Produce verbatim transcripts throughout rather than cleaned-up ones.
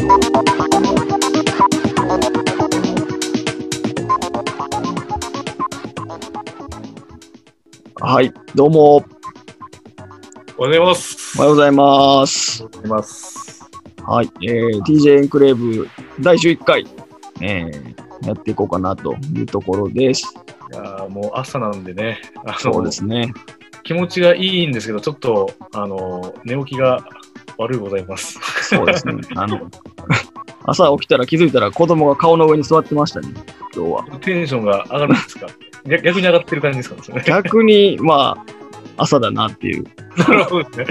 はい、どうも。 おはようございます。 おはようございます。 おはようございます。 はい、えー、ティージェー エンクレーブだいじゅういっかい、えー、やっていこうかなというところです。 いやーもう朝なんでね、あのそうですね。 気持ちがいいんですけど、ちょっとあの寝起きが悪いございます。 そうですね。あの朝起きたら気づいたら子供が顔の上に座ってましたね、今日は。 テンションが上がるんですか？逆に上がってる感じですかね。 逆に、まあ、朝だなっていう。 なるほどですね。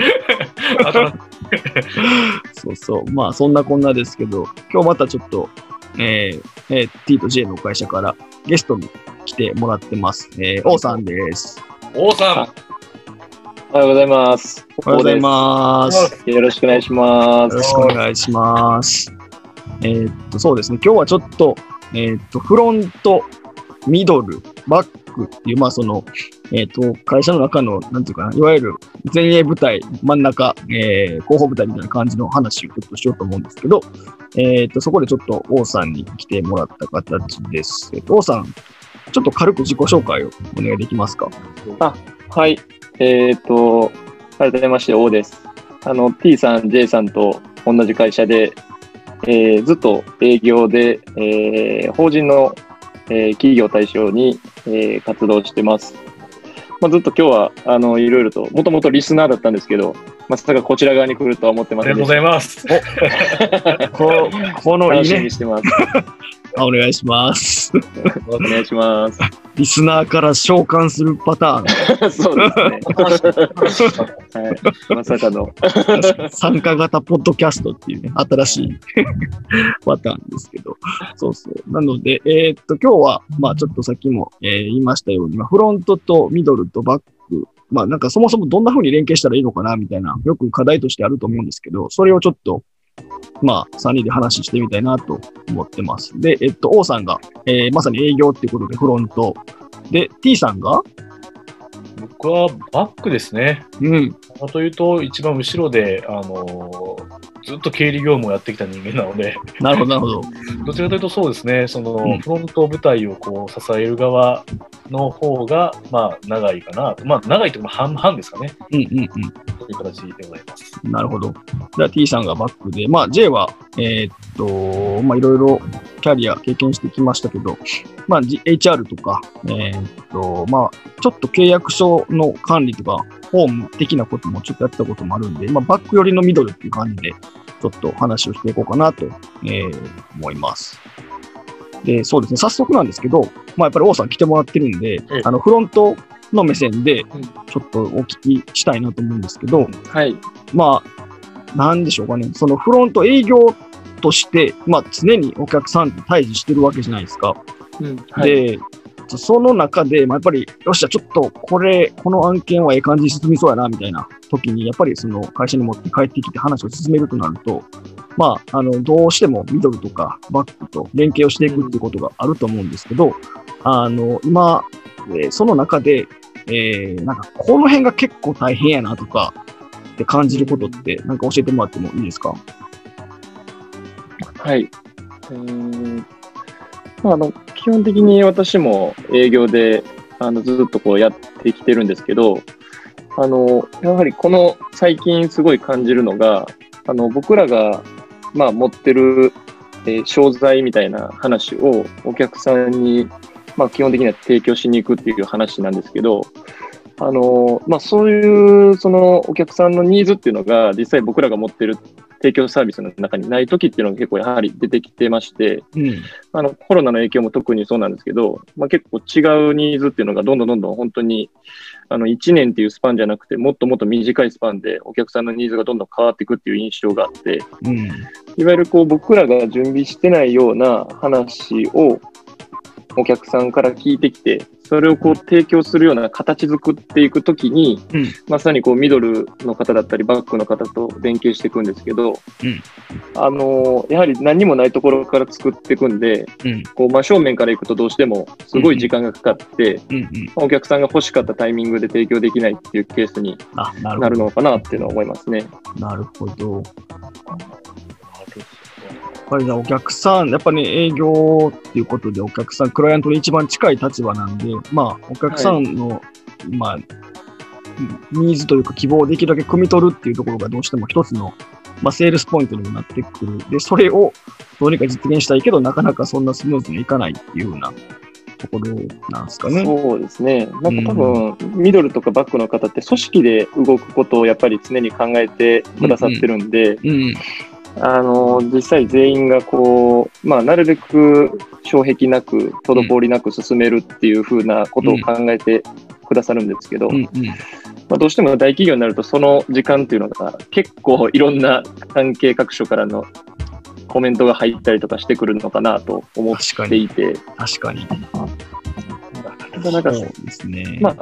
そうそう。まあ、そんなこんなですけど、今日またちょっと、えーえー、T と J の会社からゲストに来てもらってます。えー、王さんです。 王さん。 おはようございます。 おはようございます。 よろしくお願いします。 よろしくお願いします。えー、っと、そうですね。今日はちょっと、えー、っと、フロント、ミドル、バックっていう、まあその、えっと、会社の中の、なんていうかな、いわゆる前衛部隊、真ん中、えー、後方部隊みたいな感じの話をちょっとしようと思うんですけど、えっと、そこでちょっと王さんに来てもらった形です。えっと、王さん、ちょっと軽く自己紹介をお願いできますか？ あ、はい。えっと、改めまして、王です。あの、T さん、J さんと同じ会社で、えー、ずっと営業で、えー、法人の、えー、企業対象に、えー、活動してます。まあ、ずっと今日はあのいろいろと、もともとリスナーだったんですけど、まさかこちら側に来るとは思ってませんでした。 ありがとうございます。 こ, このいいね。 楽しみにしてます。 お願いします。 お願いします。 リスナーから召喚するパターン。 そうですね。はい、まさかの参加型ポッドキャストっていうね、新しいパターンですけど。そうそう。なので、えー、っと、今日は、まあちょっとさっきも、えー、言いましたように、フロントとミドルとバック、まあなんかそもそもどんな風に連携したらいいのかなみたいな、よく課題としてあると思うんですけど、それをちょっと、まあ、さんにんで話してみたいなと思ってます。で、えっと、王さんが、えー、まさに営業っていうことでフロント。で、T さんが僕はバックですね。 うん。 というと、一番後ろで、あのー、ずっと経理業務をやってきた人間なので、 なるほど、なるほど。 どちらかというとそうですね、その、 うん、 フロント部隊をこう支える側の方が、まあ、長いかなと。まあ、長いというか半々ですかね。 うんうんうん。 という形でございます。 なるほど。じゃあ T さんがバックで、まあ J は、えー、っと、まあいろいろキャリア経験してきましたけど、まあ エイチアール とか、えー、っと、まあちょっと契約書の管理とか、ホーム的なこともちょっとやってたこともあるんで、まあバック寄りのミドルっていう感じで、ちょっと話をしていこうかなと、えー、思います。で、そうですね、早速なんですけど、まあやっぱり王さん来てもらってるんで、あの、フロントの目線で、ちょっとお聞きしたいなと思うんですけど、 はい。 まあ、なんでしょうかね。そのフロント営業として、まあ常にお客さんと対峙してるわけじゃないですか。 うんはい、 で、その中で、まあ、やっぱり、よっしゃ、ちょっとこれ、この案件はええ感じに進みそうやな、みたいな時に、やっぱりその会社に持って帰ってきて話を進めるとなると、まあ、あの、どうしてもミドルとかバックと連携をしていくっていうことがあると思うんですけど、あの、今、えー、その中で、えー、なんか、この辺が結構大変やなとか、って感じることって、なんか教えてもらってもいいですか？ はい。えーまあ、あの基本的に私も営業であのずっとこうやってきてるんですけど、あのやはりこの最近すごい感じるのが、あの僕らが、まあ、持ってる、えー、商材みたいな話をお客さんに、まあ、基本的には提供しに行くっていう話なんですけど、あのまあ、そういうそのお客さんのニーズっていうのが実際僕らが持ってる提供サービスの中にない時っていうのが結構やはり出てきてまして、うん、あのコロナの影響も特にそうなんですけど、まあ、結構違うニーズっていうのがどんどんどんどん本当にあのいちねんっていうスパンじゃなくてもっともっと短いスパンでお客さんのニーズがどんどん変わっていくっていう印象があって、うん、いわゆるこう僕らが準備してないような話をお客さんから聞いてきて、それをこう提供するような形作っていくときに、うん、まさにこうミドルの方だったりバックの方と連携していくんですけど、うん、あのやはり何もないところから作っていくんで、うん、こう真正面からいくとどうしてもすごい時間がかかって、うんうん、お客さんが欲しかったタイミングで提供できないっていうケースになるのかなっていうのは思いますね。 なるほど。 ぱりお客さん、やっぱね、営業っていうことでお客さん、クライアントに一番近い立場なんで、まあ、お客さんの、はい、まあ、ニーズというか希望をできるだけ汲み取るっていうところがどうしても一つの、まあ、セールスポイントにもなってくる。で、それをどうにか実現したいけど、なかなかそんなスムーズにいかないっていうようなところなんですかね。 そうですね。なんか多分、うん、ミドルとかバックの方って組織で動くことをやっぱり常に考えてくださってるんで、うんうんうんあの、実際全員がこう、まあ、なるべく障壁なく、滞りなく進めるっていうふうなことを考えてくださるんですけど、うんうんまあ、どうしても大企業になるとその時間っていうのが結構いろんな関係各所からのコメントが入ったりとかしてくるのかなと思っていて。 確かに。確かに。なんかそうですね。まあ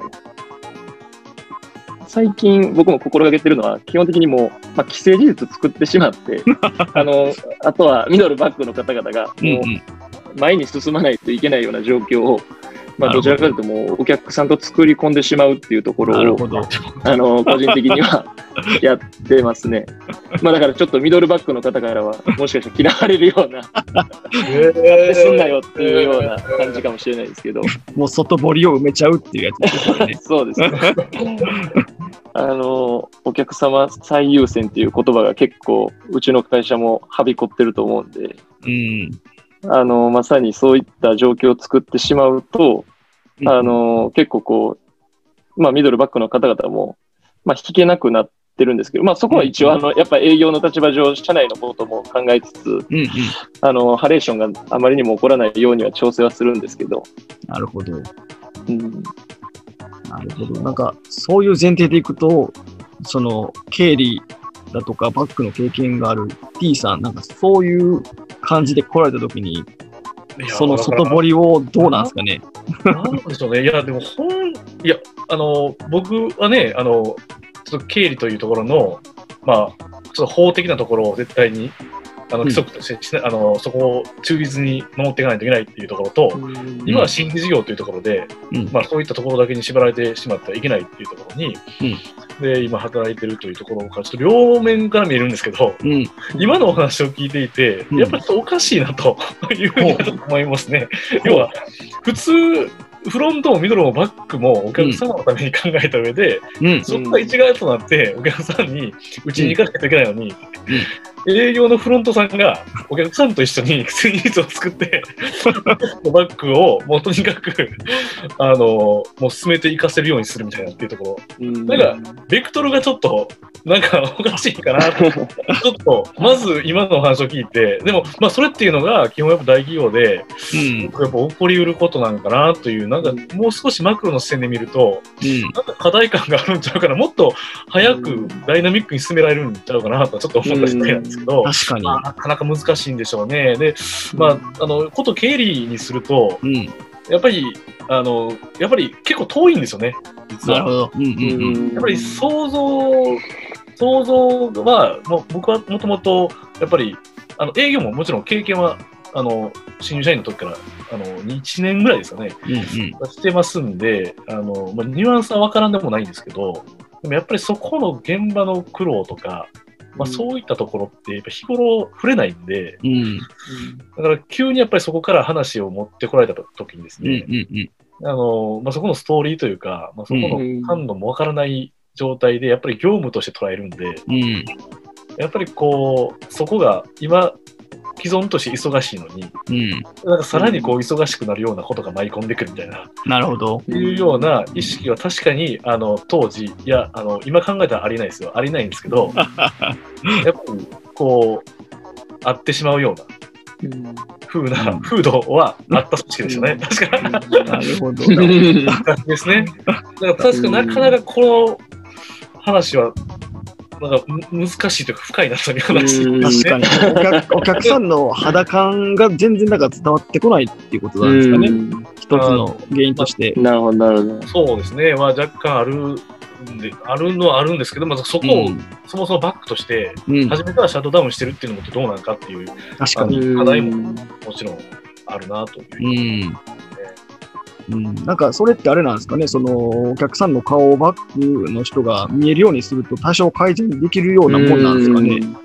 最近僕も心がけてるのは基本的にもう、まあ、既成事実作ってしまってあのあとはミドルバックの方々がもう前に進まないといけないような状況を、まあ、どちらかというともうお客さんと作り込んでしまうっていうところをあの個人的にはやってますね。まあだからちょっとミドルバックの方からはもしかしたら嫌われるようなえー、すんなよっていうような感じかもしれないですけどもう外堀を埋めちゃうっていうやつですよね。 そうですね。あのお客様最優先っていう言葉が結構うちの会社もはびこってると思うんで、うん、あのまさにそういった状況を作ってしまうと、うん、あの結構こう、まあ、ミドルバックの方々も、まあ、引けなくなってるんですけど、まあ、そこは一応あのやっぱ営業の立場上社内のことも考えつつ、うんうん、あのハレーションがあまりにも起こらないようには調整はするんですけど。 なるほど。うんなるほど。なんか、そういう前提でいくと、その、経理だとか、バックの経験がある T さん、なんかそういう感じで来られたときに、その外堀をどうなんですかね。 なんでしょうね。いや、でも、ほん、いや、あの、僕はね、あの、ちょっと経理というところの、まあ、ちょっと法的なところを絶対に、あの規則として、うん、あのそこを忠実に守っていかないといけないっていうところと、うん、今は新規事業というところで、うんまあ、そういったところだけに縛られてしまってはいけないっていうところに、うん、で今働いてるというところからちょっと両面から見えるんですけど、うん、今のお話を聞いていて、やっぱりちょっとおかしいなというふうに思いますね。要は普通フロントもミドルもバックもお客様のために考えた上で、うん、そこが一丸となってお客さんにうちに行かないといけないのに、うん、営業のフロントさんがお客さんと一緒にスイーツを作ってバックをもうとにかくあのもう進めていかせるようにするみたいなっていうところ、うん、なんかベクトルがちょっとなんかおかしいかなとちょっとまず今のお話を聞いてでもまあそれっていうのが基本やっぱ大企業で、うん、やっぱ起こりうることなんかなというなんかもう少しマクロの視点で見ると、うん、なんか課題感があるんちゃうかなもっと早くダイナミックに進められるんちゃうかなとちょっと思った次第なんですけど、うん、 確かに、 まあ、なかなか難しいんでしょうね。で、まあ、あのこと経理にすると、うん、やっぱりあのやっぱり結構遠いんですよね実は。なるほど、うんうんうん、やっぱり想像想像はもう僕はもともとやっぱりあの営業ももちろん経験はあの新入社員の時からあのいちねんぐらいですかね、うんうん、してますんであの、まあ、ニュアンスは分からんでもないんですけどでもやっぱりそこの現場の苦労とか、まあ、そういったところってやっぱ日頃触れないんで、うん、だから急にやっぱりそこから話を持ってこられた時にですね、うんうんうん、あのまあ、そこのストーリーというか、まあ、そこの感度も分からない状態でやっぱり業務として捉えるんで、うん、やっぱりこうそこが今既存として忙しいのに、うん、なんかさらにこう忙しくなるようなことが舞い込んでくるみたいな、 なるほどいうような意識は確かにあの当時いやあの今考えたらありえないですよありえないんですけどやっぱりこうあってしまうような風な、うん、風土はあった組織でしたね、うん、確かなるほどですね。だから確かなかなかこの話はなんか難しいというか深いなという話ですね。確かにお客、お客さんの肌感が全然なんか伝わってこないっていうことなんですかね。一つの原因として。 なるほどなるほど。 そうですね。まあ若干あるんであるのはあるんですけど、まあ、そこを、うん、そもそもバックとして初めからシャットダウンしてるっていうのもどうなんかっていう、 確かに課題ももちろんあるなという。うんうん、なんかそれってあれなんですかね、そのお客さんの顔をバックの人が見えるようにすると多少改善できるようなもんなんですかね。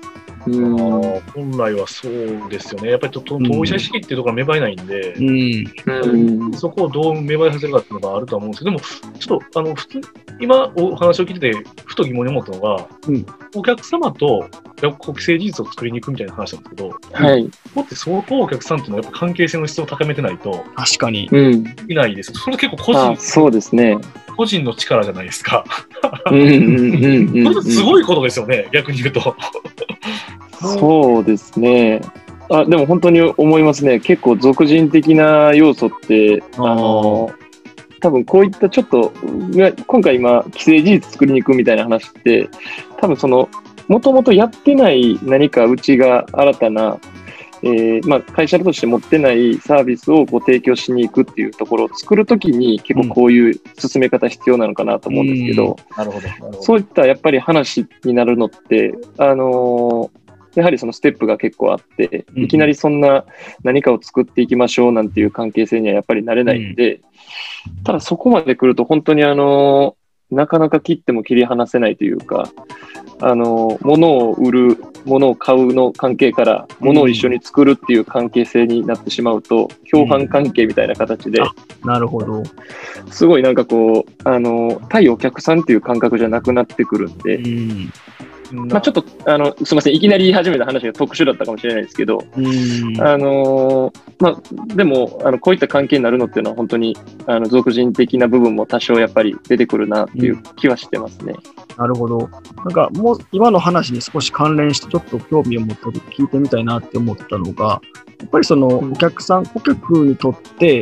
うん本来はそうですよね。やっぱりとと当事者意識っていうところが芽生えないんで、 うん。 うんそこをどう芽生えさせるかっていうのがあるとは思うんですけど、でも、ちょっと、あの、普通、今お話を聞いてて、ふと疑問に思ったのが、 うんお客様と国際事実を作りに行くみたいな話なんですけど、 はい。 ここって相当お客さんっていうのはやっぱ関係性の質を高めてないと確かに。 うん。 いないです。それ結構個あ人、 そうですね。 個人の力じゃないですか。 うんうんうんうんこれってすごいことですよね、逆に言うと。 そうですね。あ、でも本当に思いますね。結構俗人的な要素って、あの、多分こういったちょっと、今回今、既成事実作りに行くみたいな話って、多分その、もともとやってない何かうちが新たな、えーまあ、会社として持ってないサービスをこう提供しに行くっていうところを作るときに結構こういう進め方必要なのかなと思うんですけど、 なるほど。なるほどそういったやっぱり話になるのって、あのーやはりそのステップが結構あって、 うんいきなりそんな何かを作っていきましょうなんていう関係性にはやっぱりなれないんで、ただそこまで来ると本当にあのーなかなか切っても切り離せないというか、あのー物を売る、物を買うの関係から物を一緒に作るっていう関係性になってしまうと、共犯関係みたいな形で、 なるほど。 すごいなんかこう、あのー対お客さんっていう感覚じゃなくなってくるんで、 うん。 まあ、ちょっとあのすみません、いきなり言い始めた話が特殊だったかもしれないですけど、 うん。 あのーまあ、でもあの、こういった関係になるのっていうのは、本当にあの俗人的な部分も多少やっぱり出てくるなっていう気はしてますね。 なるほど。なんかもう今の話に少し関連してちょっと興味を持ったと聞いてみたいなって思ったのが、やっぱりそのお客さん、顧客にとって、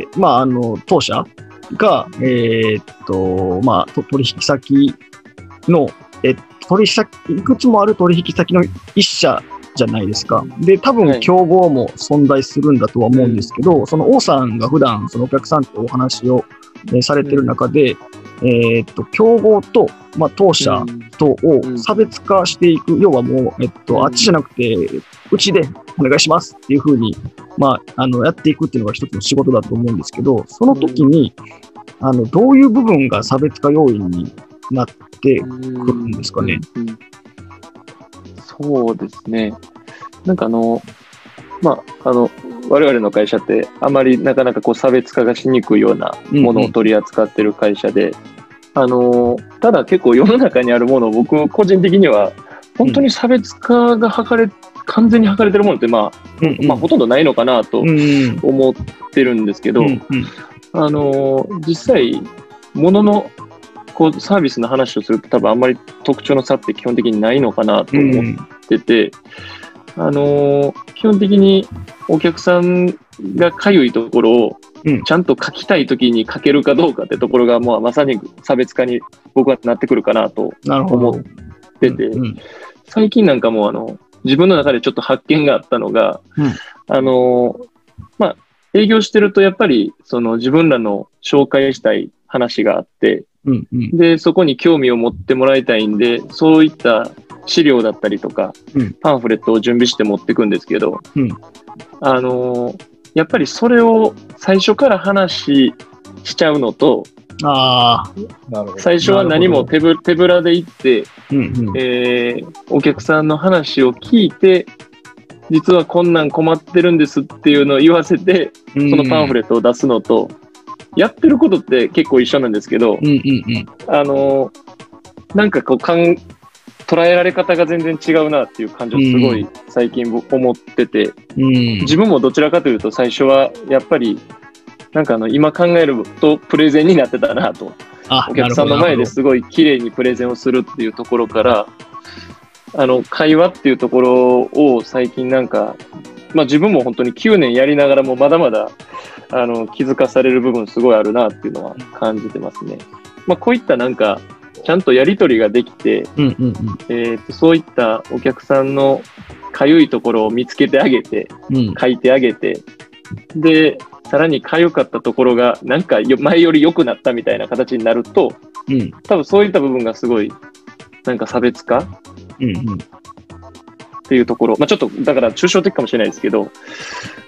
まああの当社が、えーっと、まあと取引先の、えっと、取引先、いくつもある取引先の一社じゃないですか。で、多分競合も存在するんだとは思うんですけど、その王さんが普段そのお客さんとお話を、えーされてる中で、えーっと、競合と、まあ、当社とを差別化していく、要はもう、えっと、あっちじゃなくて、うちでお願いしますっていうふうに、まあ、あの、やっていくっていうのが一つの仕事だと思うんですけど、その時に、あの、どういう部分が差別化要因になってくるんですかね。 うんうんそうですね。なんかあの、まあ、あの、我々の会社ってあまりなかなかこう差別化がしにくいようなものを取り扱っている会社で、あの、ただ結構世の中にあるものを僕個人的には本当に差別化が図れ、完全に図れてるものってまあ、 うんうんまあほとんどないのかなとうん思ってるんですけど、 うんうんあの、実際、もののこうサービスの話をすると多分あんまり特徴の差って基本的にないのかなと思ってて、あのー基本的にお客さんがかゆいところをうんちゃんと書きたいときに書けるかどうかってところが、まあ、まさに差別化に僕はなってくるかなとなるほど。 思ってて、 うんうん最近なんかもうあの自分の中でちょっと発見があったのが、 うんあのーまあ、営業してるとやっぱりその自分らの紹介したい話があって、 うんうんで、そこに興味を持ってもらいたいんで、そういった資料だったりとか、 うんパンフレットを準備して持っていくんですけど、 うんあのーやっぱりそれを最初から話しちゃうのと、 ああ、 なるほど。 最初は何も手ぶ手ぶらで行って、 うんうんえーお客さんの話を聞いて、実はこんなん困ってるんですっていうのを言わせて、そのパンフレットを出すのと、やってることって結構一緒なんですけど、 うんうんうんあのーなんかこうかん、捉えられ方が全然違うなっていう感じをすごい最近僕思ってて、 うん自分もどちらかというと最初はやっぱり、なんかあの今考えるとプレゼンになってたなと。 あお客さんの前ですごい綺麗にプレゼンをするっていうところから、あの会話っていうところを最近なんか、まあ自分も本当にきゅうねんやりながらもまだまだあの気づかされる部分すごいあるなっていうのは感じてますね。まあこういったなんかちゃんとやり取りができて、 うんうんうんえーとそういったお客さんのかゆいところを見つけてあげて、 うん書いてあげて、で、さらにかゆかったところがなんかよ前より良くなったみたいな形になると、 うん多分そういった部分がすごいなんか差別化うんうんっていうところ、まあ、ちょっとだから抽象的かもしれないですけど、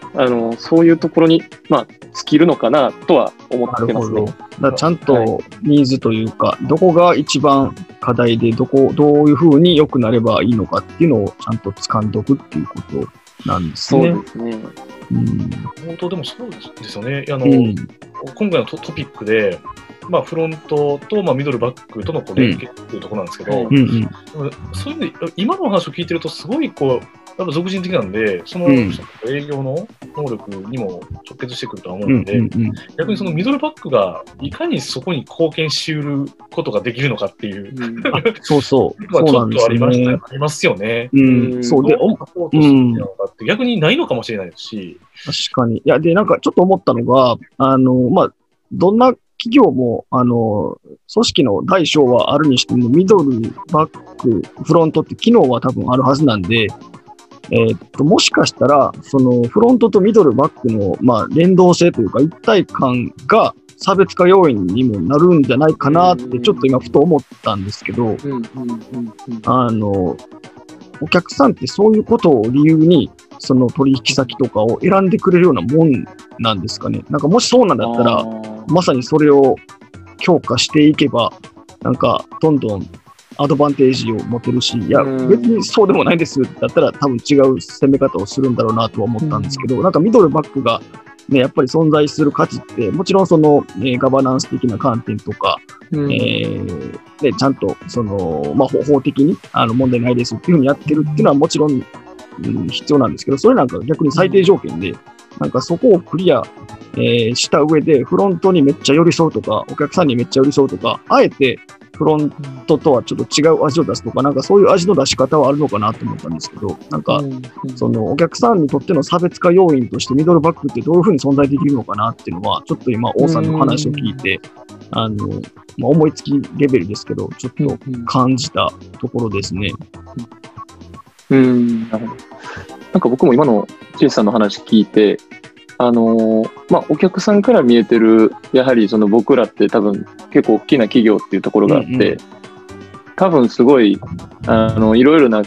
あの、そういうところに、まあ、尽きるのかなとは思ってますね。 だからちゃんとニーズというか、はい、どこが一番課題で、どこ、どういうふうに良くなればいいのかっていうのをちゃんと掴んでおくっていうことなんですね。 そうですね。 うん、本当でもそうですよね。あの、うん、今回の ト, トピックで、まあ、フロントと、まあ、ミドルバックとのこう連携っていうところなんですけど、うんうん、そういうの今の話を聞いてるとすごいこうやっぱ俗人的なんで、その、うん、営業の能力にも直結してくるとは思うので、うんうんうん、逆にそのミドルバックがいかにそこに貢献しうることができるのかっていう、うん、 そうそう、 まあちょっとありました、ね、ありますよね。 うん、そうで、 どうサポートしてるのかって逆にないのかもしれないですし。 確かに。いや、で、なんかちょっと思ったのが、あの、まあ、どんな企業も、あの、組織の大小はあるにしても、ミドル、バック、フロントって機能は多分あるはずなんで、えー、っと、もしかしたら、その、フロントとミドル、バックの、まあ、連動性というか、一体感が差別化要因にもなるんじゃないかなって、ちょっと今、ふと思ったんですけど、あの、お客さんってそういうことを理由に、その取引先とかを選んでくれるようなもんなんですかね。なんかもしそうなんだったら、まさにそれを強化していけば、なんかどんどんアドバンテージを持てるし、いや、別にそうでもないですだったら多分違う攻め方をするんだろうなとは思ったんですけど、なんかミドルバックがね、やっぱり存在する価値って、もちろんその、えー、ガバナンス的な観点とか、うんえーでちゃんとその、まあ、法的にあの問題ないですっていうふうにやってるっていうのはもちろん、うん、必要なんですけど、それなんか逆に最低条件で、なんかそこをクリア、えー、した上で、フロントにめっちゃ寄り添うとか、お客さんにめっちゃ寄り添うとか、あえてフロントとはちょっと違う味を出すとか、なんかそういう味の出し方はあるのかなと思ったんですけど、なんか、そのお客さんにとっての差別化要因としてミドルバックってどういうふうに存在できるのかなっていうのは、ちょっと今、王さんの話を聞いて、あの、まあ、思いつきレベルですけど、ちょっと感じたところですね。 うん、うん、なるほど。なんか僕も今のジェイさんの話聞いて、あのー、まあ、お客さんから見えてる、やはりその僕らって多分結構大きな企業っていうところがあって、うんうん、多分すごい、あの、いろいろな、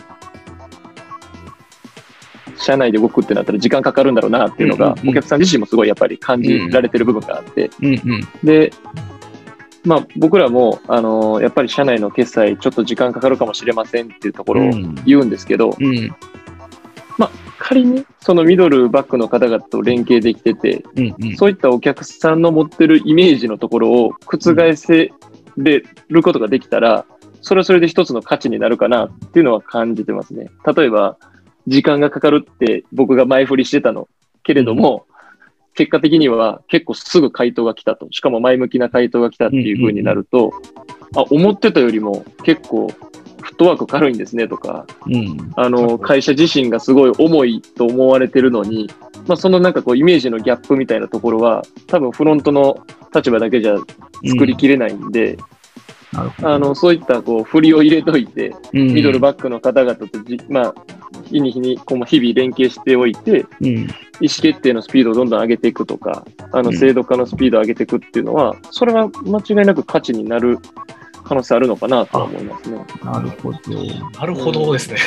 社内で動くってなったら時間かかるんだろうなっていうのが、うんうんうん、お客さん自身もすごいやっぱり感じられてる部分があって、うんうん、で、まあ、僕らも、あのー、やっぱり社内の決済ちょっと時間かかるかもしれませんっていうところを言うんですけど、うんうんまあ、仮にそのミドルバックの方々と連携できてて、うんうん、そういったお客さんの持ってるイメージのところを覆せれることができたら、それはそれで一つの価値になるかなっていうのは感じてますね。例えば、時間がかかるって僕が前振りしてたのけれども、うん、結果的には結構すぐ回答が来たと。しかも前向きな回答が来たっていう風になると、うんうんうん、あ、思ってたよりも結構、フットワーク軽いんですねとか、うん、あの会社自身がすごい重いと思われてるのに、まあ、そのなんかこうイメージのギャップみたいなところは多分フロントの立場だけじゃ作りきれないんで、うん、あのそういったこう振りを入れといて、うん、ミドルバックの方々とじ、まあ、日に日にこう日々連携しておいて、うん、意思決定のスピードをどんどん上げていくとか、あの制度化のスピードを上げていくっていうのは、それは間違いなく価値になる可能性あるのかなとは思いますね。 なるほど。 なるほどですね。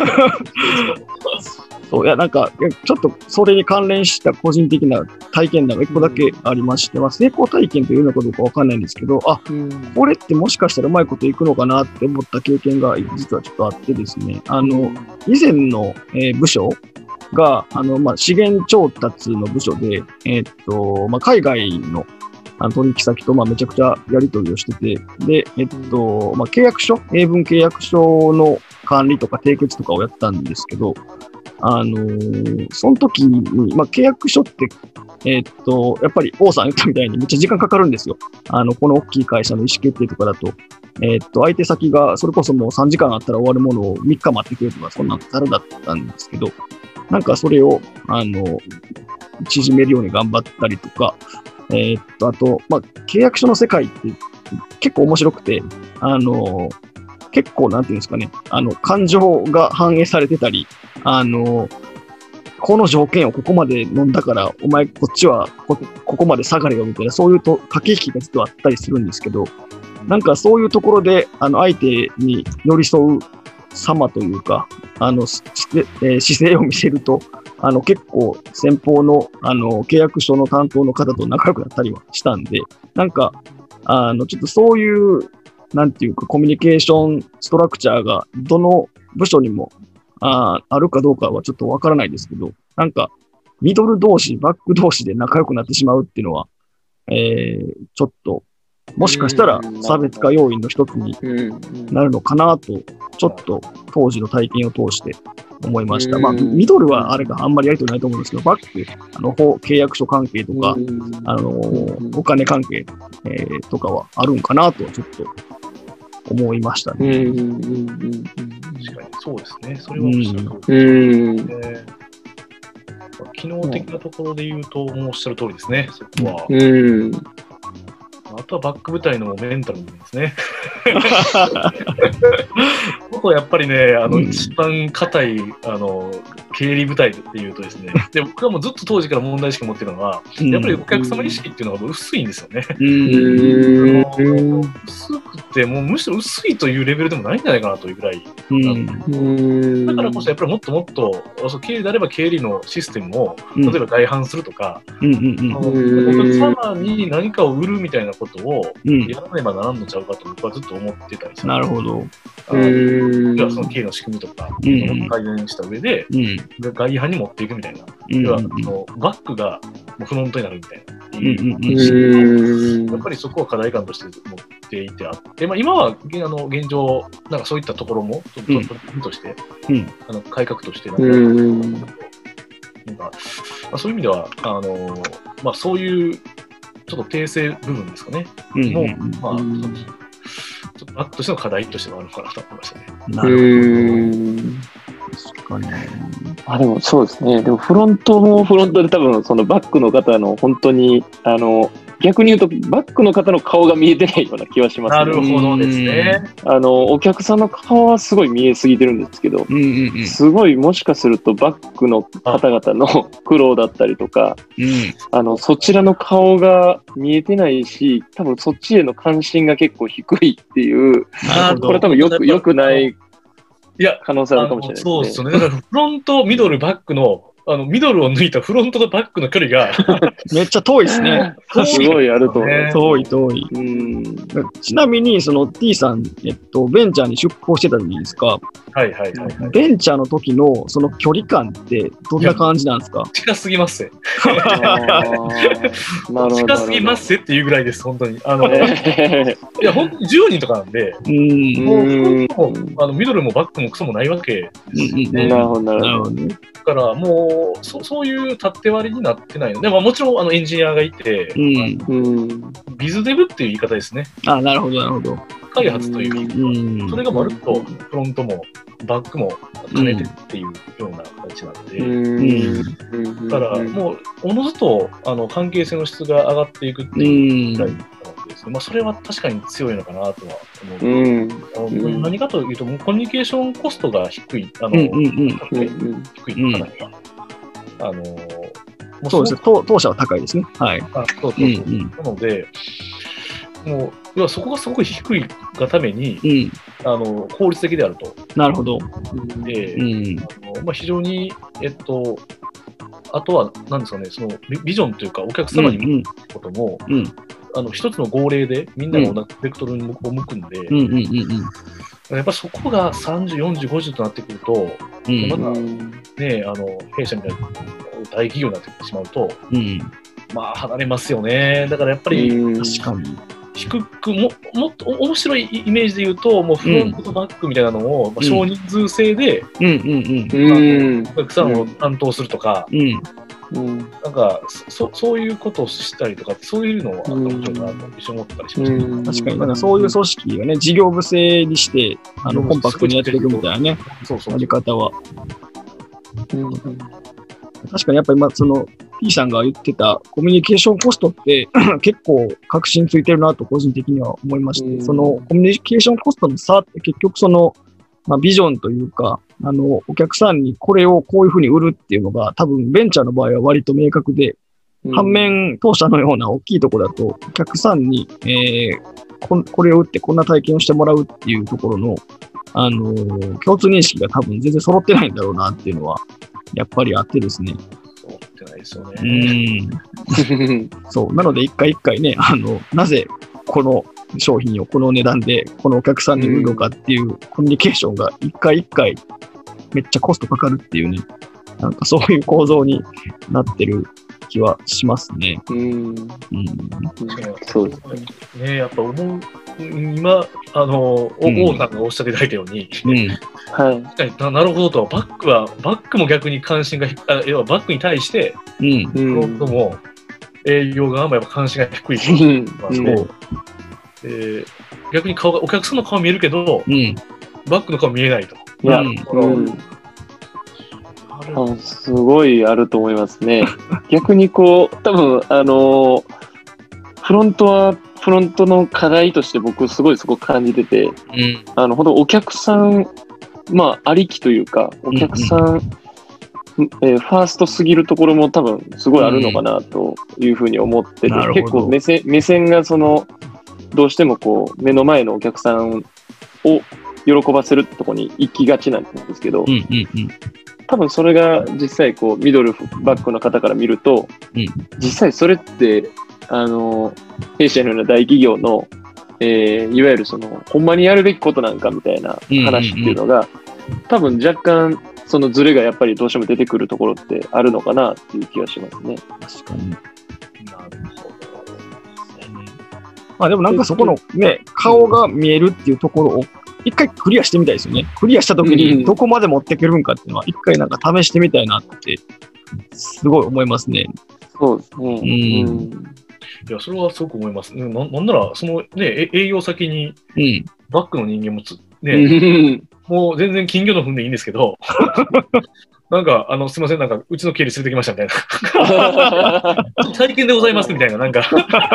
そういやなんかちょっとそれに関連した個人的な体験談が一個だけありまして、まあ、成功体験というのかどうかわかんないんですけど、あ、うん、これってもしかしたらうまいこといくのかなって思った経験が実はちょっとあってですね、あの以前の、えー、部署があの、まあ、資源調達の部署で、えーっとまあ、海外のあの取引先とまあめちゃくちゃやり取りをしてて、で、えっと、まあ、契約書、英文契約書の管理とか締結とかをやったんですけど、あのー、その時に、まあ、契約書って、えっと、やっぱり王さん言ったみたいにめっちゃ時間かかるんですよ。あの、この大きい会社の意思決定とかだと、えっと、相手先がそれこそもうさんじかんあったら終わるものをみっか待ってくれるとか、そんなざらだったんですけど、なんかそれを、あの、縮めるように頑張ったりとか、えー、っと、あと、まあ、契約書の世界って結構面白くて、あの、結構なんていうんですかね、あの、感情が反映されてたり、あの、この条件をここまで飲んだから、お前こっちはこ、ここまで下がれよみたいな、そういうと駆け引きが実はあったりするんですけど、なんかそういうところで、あの、相手に寄り添う様というか、 あの、すえー姿勢を見せると、あの、結構先方の、あの、契約書の担当の方と仲良くなったりはしたんで、なんか、あの、ちょっとそういう、なんていうか、コミュニケーションストラクチャーが、どの部署にも、あ、あるかどうかはちょっとわからないですけど、なんか、ミドル同士、バック同士で仲良くなってしまうっていうのは、えー、ちょっと、もしかしたら差別化要因の一つになるのかなと、ちょっと当時の体験を通して思いました。まあ、ミドルはあれがあんまりやりとりないと思うんですけど、バック、あの、契約書関係とか、あの、お金関係、えー、とかはあるんかなと、ちょっと思いましたね。 うんうんうんうん、 確かにそうですね。それはおっしゃる通りですね。機能的なところで言うと、もうおっしゃる通りですね、そこは。 うんあとはバック部隊のメンタルですね。僕はやっぱりね、あの、うん、一番硬い、あの、経理部隊っていうとですね、で僕はもうずっと当時から問題意識持ってるのは、うん、やっぱりお客様意識っていうのが薄いんですよね。うん、薄くて、もうむしろ薄いというレベルでもないんじゃないかなというぐらい。うん、だからこそ、やっぱりもっともっと、経理であれば経理のシステムを、例えば外販するとか、お客様に何かを売るみたいなことをやらねばならんのちゃうかと僕はずっと思ってたりする。 なるほど。 じゃあその経理の仕組みとかを改善した上で、うん、外販に持っていくみたいな。うん、要はあのバックがもうフロントになるみたいなっていう。やっぱりそこは課題感として持っていてあって、まあ、今はあの現状、なんかそういったところもちょっと取り組みとして、うん、あの改革としてなんか、なんかまあ、そういう意味では、あのまあ、そういうちょっと訂正部分ですかね。うん、もう、まあ、ちょっとバックとしての課題としてもあるのかなと思いましたね。 なるほど。確かに。 あ、でもそうですね。でもフロントもフロントで多分そのバックの方の本当に、あの、逆に言うとバックの方の顔が見えてないような気はしますね。 なるほどですね。 あの、お客さんの顔はすごい見えすぎてるんですけど、うんうんうん、すごいもしかするとバックの方々の苦労だったりとか、うん、あの、そちらの顔が見えてないし、多分そっちへの関心が結構低いっていう、これ多分よく、よくないいや、 可能性あるかもしれないですね。 そうですよね。だからフロント、ミドル、バックの、あの、ミドルを抜いたフロントとバックの距離がめっちゃ遠いですね。 すごいあると思います。 遠い遠い。うんちなみに、その T さん、えっと、ベンチャーに出向してたじゃないですか。 はいはいはい、はい。 ベンチャーの時のその距離感ってどんな感じなんですか？ 近すぎます近すぎますっていうぐらいです、本当に。あの、いや、本当にじゅうにんとかなんで、うんもうあのミドルもバックもクソもないわけですよね。 なるほど、なるほど。 だからもうそ、そういう縦割りになってないので、まあ、もちろんあのエンジニアがいて、うん、ビズデブっていう言い方ですね。 あ、なるほど、なるほど。 開発というか、うん、それがまるっとフロントもバックも兼ねてるっていうような形なので、うん、だからもうおのずとあの関係性の質が上がっていくっていうぐらいなのでですね、まあ、それは確かに強いのかなとは思う、うん、あの、うん、何かというとコミュニケーションコストが低い、あの、うんうんうん、低いかなりは、あのもうそうですね、当, 当社は高いですね。はい。 あそうそうそう、うんうん、なのでもう要はそこがすごく低いがために、うん、あの効率的であると。 なるほど。 で、うんあのまあ、非常に、えっと、あとは何ですかね、そのビジョンというかお客様に向くことも、うんうん、あの一つの号令でみんなが同じベクトルに向くんで、うんうんうんうん、やっぱそこがさんじゅう、よんじゅう、ごじゅうとなってくると、うん、まだね、あの弊社みたいな大企業になってしまうと、うん、まあ離れますよね。だからやっぱり、 確かに。 低くも、もっと面白いイメージで言うと、もうフロントとバックみたいなのを、うんまあ、少人数制で、お客さんを担当するとか、うんうん、なんかそ、そういうことをしたりとか、そういうのはあったのかなと一緒に思ったりしました、ねうん。 確かに、なんかそういう組織がね、事業部制にして、あのコンパクトにやっていくみたいなね、そうそうやり方は。うん確かにやっぱり今その P さんが言ってたコミュニケーションコストって結構確信ついてるなと個人的には思いまして、そのコミュニケーションコストの差って結局その、まあ、ビジョンというか、あのお客さんにこれをこういうふうに売るっていうのが多分ベンチャーの場合は割と明確で、反面当社のような大きいところだとお客さんに、えー、こ, これを売ってこんな体験をしてもらうっていうところのあのー、共通認識が多分全然揃ってないんだろうなっていうのは、やっぱりあってですね。 揃ってないですよね。 うん。そう。なので、一回一回ね、あの、なぜこの商品をこの値段でこのお客さんに売るのかっていうコミュニケーションが一回一回めっちゃコストかかるっていうね、なんかそういう構造になってる気はしますね。 うん。 うん。 そうですね。ね、やっぱ思う、今、あの、おうん王さんがおっしゃっていただいたように、 うん。 はい。 確かにななるほどと、バックは、バックも逆に関心が、あ要はバックに対して、 うん。 うフロントも営業側もやっぱ関心が低いとん。 思いますね。 そう。 で逆に顔が、お客さんの顔見えるけど、 うん。 バックの顔見えないと。 いや、 うんうん。あすごいあると思いますね。逆にこう、多分あのー、フロントは、フロントの課題として僕すごいすごく感じてて、 うん。 あの、ほんとお客さん、まあ、ありきというか、お客さん、えーファーストすぎるところも多分すごいあるのかなというふうに思ってて、 なるほど結構目線、目線がその、どうしてもこう、目の前のお客さんを喜ばせるところに行きがちなんですけど、 うん。うん。うん。 多分それが実際こうミドルバックの方から見ると、 うん実際それってあの弊社のような大企業の、えーいわゆるそのほんまにやるべきことなんかみたいな話っていうのが、多分若干そのズレがやっぱりどうしても出てくるところってあるのかなっていう気がしますね。 確かに。 なるほど。 まあでもなんかそこのね、顔が見えるっていうところを一回クリアしてみたいですよね。クリアしたときうんにどこまで持っていけるんかっていうのは一回なんか試してみたいなってすごい思いますね。 そうですね。 うんいや、それはすごく思います。ななんなら、そのね、え営業先にうん。 バックの人間もつ、 うね、 んもう全然金魚の糞でいいんですけど、なんか、あの、すみません、なんか、うちの経理連れてきましたみたいな。体験でございますみたいな、なんか。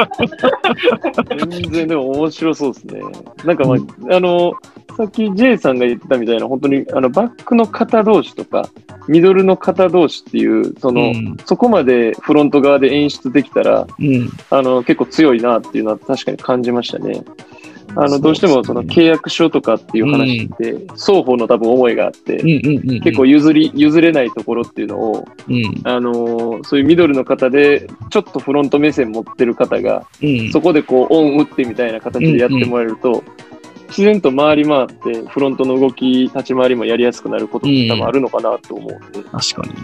全然でも面白そうですね。なんかまあ、あの、さっき J さんが言ってたみたいな、本当にあのバックの方同士とか、ミドルの方同士っていう、その、 うんそこまでフロント側で演出できたら、 うん。 あの、結構強いなっていうのは確かに感じましたね。あの、どうしてもその契約書とかっていう話って、双方の多分思いがあって、 うんうんうん。 結構譲り、譲れないところっていうのを、 うん。 あのーそういうミドルの方で、ちょっとフロント目線持ってる方が、 うん。 そこでこう、オン打ってみたいな形でやってもらえると、自然と回り回って、フロントの動き、立ち回りもやりやすくなることって多分あるのかなと思うんで、 確かに。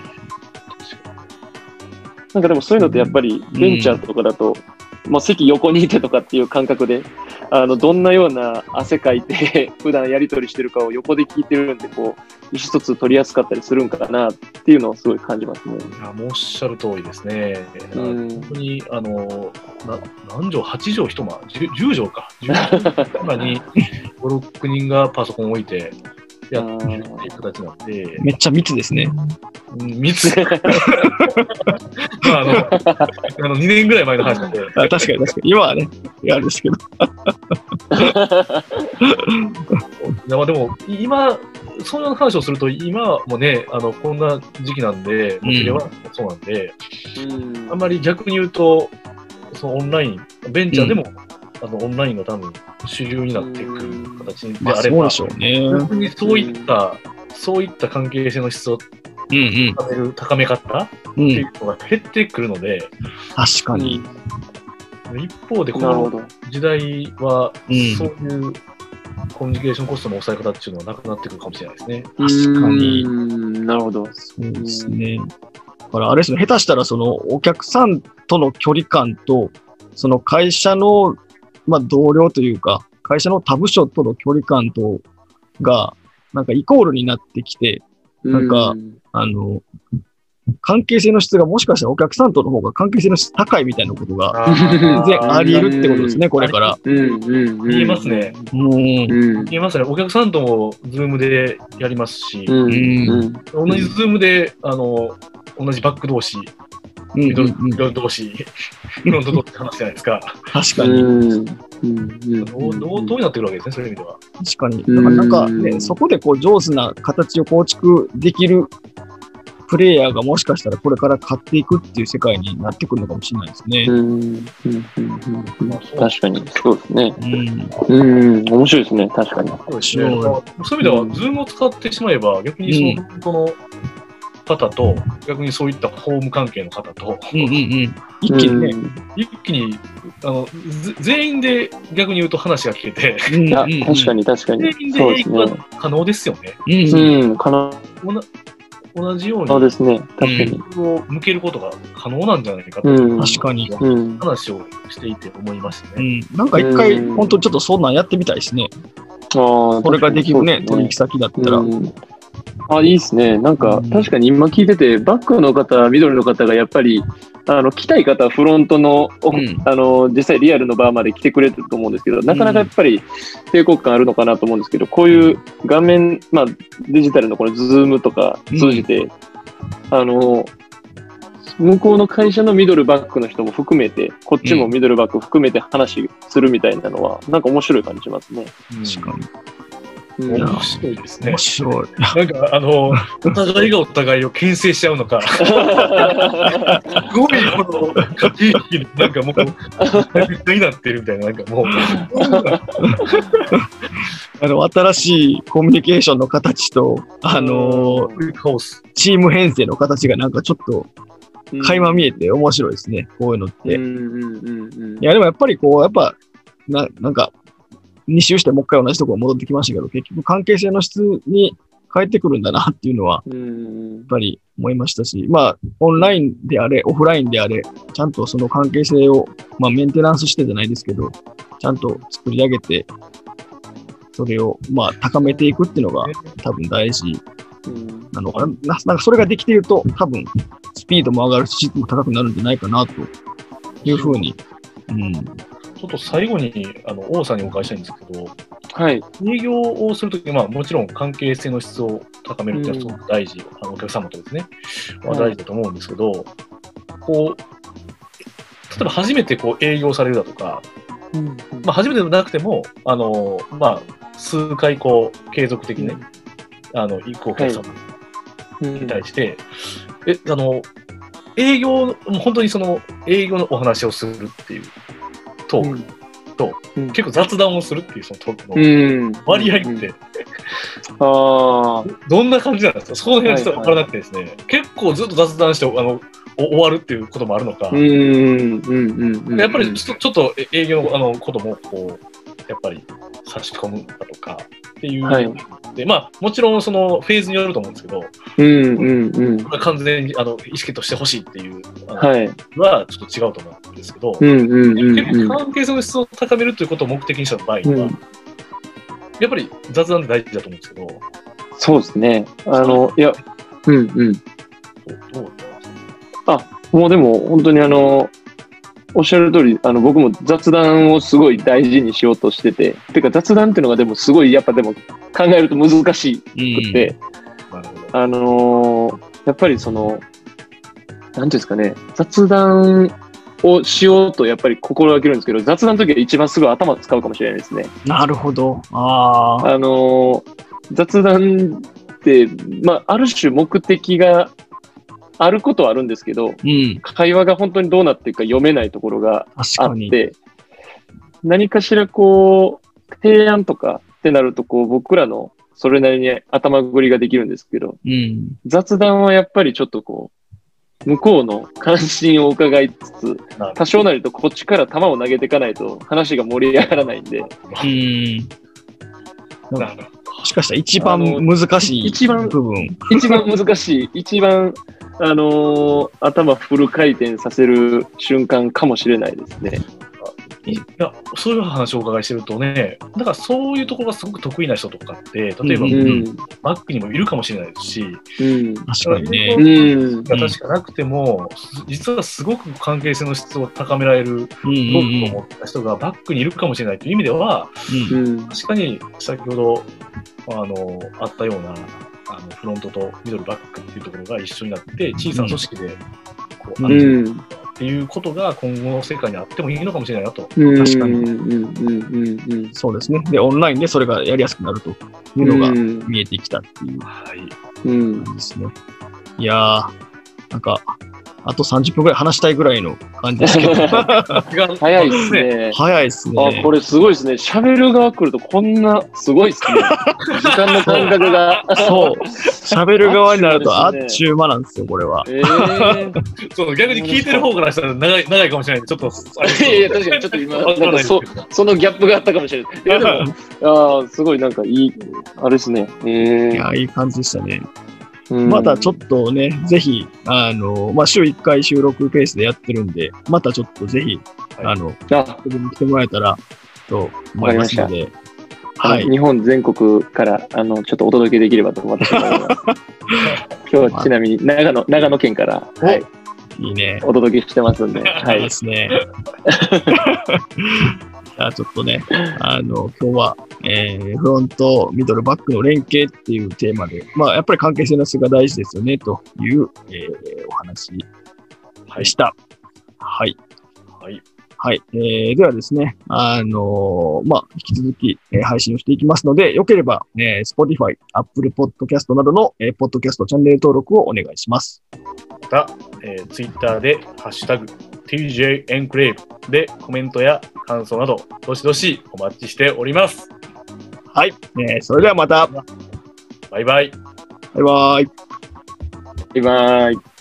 なんかでもそういうのってやっぱり、ベンチャーとかだと、もう席横にいてとかっていう感覚で、あの、どんなような汗かいて、普段やり取りしてるかを横で聞いてるんで、こう、意思疎通取りやすかったりするんかなっていうのをすごい感じますね。 いやもうおっしゃる通りですね。 うん本当に、あの、な何畳、はち畳一間、じゅう畳か。じゅう畳一間にご、ろくにんがパソコンを置いてやってるっていう形なので、 めっちゃ密ですね。 うん密。まあ、あの、あのにねんぐらい前の話なんで、 あ確かに確かに。今はね、いやあれですけど。 いやまあでも、今、そんな話をすると、今もね、あの、こんな時期なんで、もうテレワークもそうなんで、 うんあんまり逆に言うと、そのオンライン、ベンチャーでも、あのオンラインが多分主流になっていく形でまああれば、 そうでしょうね。 逆にそういった、そういった関係性の質をうんうん。 高める、高め方ってう。 いうんのが減ってくるので、 確かに。 一方でこのなるほど。 時代は、 うんそういうコミュニケーションコストの抑え方っていうのはなくなってくるかもしれないですね。 確かにうんなるほど。 そうですね。だからあれですね、下手したらそのお客さんとの距離感と、その会社の、まあ、同僚というか、会社の他部署との距離感とが、なんかイコールになってきて、なんかうんあの、関係性の質がもしかしたらお客さんとの方が関係性の質高いみたいなことが全然あり得るってことですね、これから。 うんうんうん言えますね。 もう、 うん言えますね。お客さんともズームでやりますし、 うんうん同じズームで、あの、同じバック同士、 うんうんミドルうんミドル同士、フロント同士って話じゃないですか。 確かに、 うんうんどう、どう、どうになってくるわけですね、そういう意味では。 確かに。だからなんかね、 うんそこでこう上手な形を構築できるプレイヤーがもしかしたらこれから買っていくっていう世界になってくるのかもしれないですね。 うんうんうんうん、確かに、そうですね。 うん、 うん、面白いですね、確かに。 そうですね。そういう意味では、ズームを使ってしまえば、逆にその、うん、この方と、逆にそういったホーム関係の方と、 うんうんうん、一気にね、 うん、一気にあの全員で逆に言うと話が聞けて、 うん、確かに確かに。 全員で営業が可能ですよね。 うん、可能。 同じように、 そうですね、確かに。 を向けることが可能なんじゃないかと、 うん、確かに話をしていて思いましたね。 うん、なんか一回、うん、本当ちょっとそんなんやってみたいですね。あそれができるね、取引先だったら。 うんあ、いいですね。なんか、確かに今聞いてて、バックの方、ミドルの方がやっぱり、あの、来たい方はフロントの、うん、あの、実際リアルのバーまで来てくれてると思うんですけど、なかなかやっぱり抵抗感あるのかなと思うんですけど、こういう画面、まあ、デジタルのこのズームとか通じて、うん、あの、向こうの会社のミドルバックの人も含めて、こっちもミドルバック含めて話するみたいなのは、なんか面白い感じしますね。 確かに。 面白いですね。 面白い。 なんか、あの、お互いがお互いを牽制しちゃうのか。すごい、この、駆け引きなんかもう、絶対になってるみたいな、なんかもう。 あの、新しいコミュニケーションの形と、あのー、チーム編成の形がなんかちょっと、垣間見えて面白いですね。こういうのって。いや、でもやっぱりこう、やっぱ、な、なんか、に周してもう一回同じところ戻ってきましたけど、結局関係性の質に変えてくるんだなっていうのは、やっぱり思いましたし、まあ、オンラインであれ、オフラインであれ、ちゃんとその関係性を、まあ、メンテナンスしてじゃないですけど、ちゃんと作り上げて、それを、まあ、高めていくっていうのが多分大事なのかな。なんかそれができていると、多分、スピードも上がるし、質も高くなるんじゃないかなというふうに、うん。 ちょっと最後にあの王さんにお伺いしたいんですけど、 はい、 営業をするとき、まあ、もちろん関係性の質を高めるっていうのはすごく大事、うん、あのお客様とですね、まあ、大事だと思うんですけど、うん、こう例えば初めてこう営業されるだとか、うんまあ、初めてでなくても、あのまあ、数回こう継続的に、ね、うん、あの行くお客様に対して、はい、えあの営業、本当にその営業のお話をするっていうトークと、うん、結構雑談をするっていうそのトークの割合って、うんうん、あどんな感じなんですか？その辺がちょっと分からなくてですね、はいはい、結構ずっと雑談してあの終わるっていうこともあるのか、やっぱりちょっと、ちょっと営業のあのこともこうやっぱり差し込むだとかっていう、はい、でまあもちろんそのフェーズによると思うんですけど、うんうんうん、完全にあの意識としてほしいっていうのはちょっと違うと思うんですけど、うんうんうんうん、結構関係性の質を高めるということを目的にした場合は、うん、やっぱり雑談って大事だと思うんですけど、 そうですね。あのいやうんうんどうあもうでも本当にあのおっしゃる通り、あの僕も雑談をすごい大事にしようとしてて、てか雑談っていうのがでもすごいやっぱでも考えると難しくて、うん、あのー、やっぱりそのなんていうんですかね、雑談をしようとやっぱり心がけるんですけど、雑談の時は一番すごい頭使うかもしれないですね。 なるほど。ああのー、雑談ってまあある種目的があることはあるんですけど、うん、会話が本当にどうなっていくか読めないところがあって、何かしらこう、提案とかってなると、こう、僕らのそれなりに頭ぐりができるんですけど、うん、雑談はやっぱりちょっとこう、向こうの関心を伺いつつ、多少なりとこっちから球を投げていかないと話が盛り上がらないんで。うんなるほど。もしかしたら一番難しい部分。 一番難しい、一番、あのー、頭フル回転させる瞬間かもしれないですね。 いやそういう話をお伺いしてるとね、だからそういうところがすごく得意な人とかって、例えば、うん、バックにもいるかもしれないですし、うん、 確かにね。 うん、が確かなくても、実はすごく関係性の質を高められると思った人がバックにいるかもしれないという意味では、うん、確かに先ほどあのあったようなあのフロントとミドルバックっていうところが一緒になって小さな組織でこう、うん、っていうことが今後の世界にあってもいいのかもしれないなと。 確かに。そうですね。で、オンラインでそれがやりやすくなるというのが見えてきたっていう感じですね。 いやー、なんか、あとさんじゅっぷんぐらい話したいぐらいの感じですけど。 早いですね。 早いですね。 あ、これすごいですね。喋る側来るとこんな、すごいですね。時間の感覚が。 そう。喋る側になるとあっちゅう間なんですよ、これは。 えー、 そう逆に聞いてる方からしたら長い長いかもしれないんで、ちょっと。 いやいや、確かにちょっと今、なんかそそのギャップがあったかもしれない。いや、でも、あすごいなんかいい、あれですね。えー、 いや、いい感じでしたね。 うん、 またちょっとね、ぜひ、あの、まあ、週いっかい収録ペースでやってるんで、またちょっとぜひ、 はい、 あの、 あここに来てもらえたらと思いますので、 はい、日本全国からあのちょっとお届けできればと私は思います。今日はちなみに長野長野県から、はい、 いいね。 お届けしてますんで、はい。 いいですね。じゃあちょっとね、あの、今日は、えー、フロント、ミドル、バックの連携っていうテーマで、まあ、やっぱり関係性の質が大事ですよね、という、えー、お話でした。はい。 はい。 はい。えー、ではですね、あのー、まあ、引き続き、えー、配信をしていきますので、よければ、えー、Spotify、Apple Podcast などの、えー、ポッドキャストチャンネル登録をお願いします。 また、えー、Twitter で、ハッシュタグ、ティージェー エンクレーブでコメントや感想など、どしどしお待ちしております。 はい。えー、それではまた。 バイバイ。 バイバイ。 バイバイ。